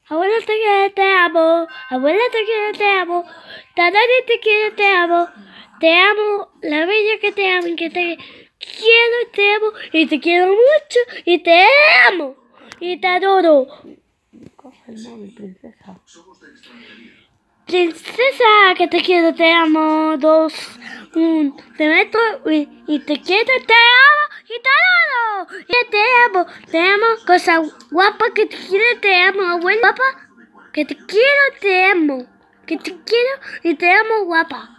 Abuela te quiero, te amo. Abuela te quiero, te amo. Tadani te quiero, te amo. Te amo, la bella que te amo y que te quiero y te amo. Y te quiero mucho y te amo. Y te adoro. Coge el móvil, princesa. Princesa, que te quiero, te amo. 2, 1, te meto y te quiero, te amo y te adoro. Y te amo, cosa guapa, que te quiero, te amo, abuela guapa, que te quiero, te amo, que te quiero y te amo, guapa.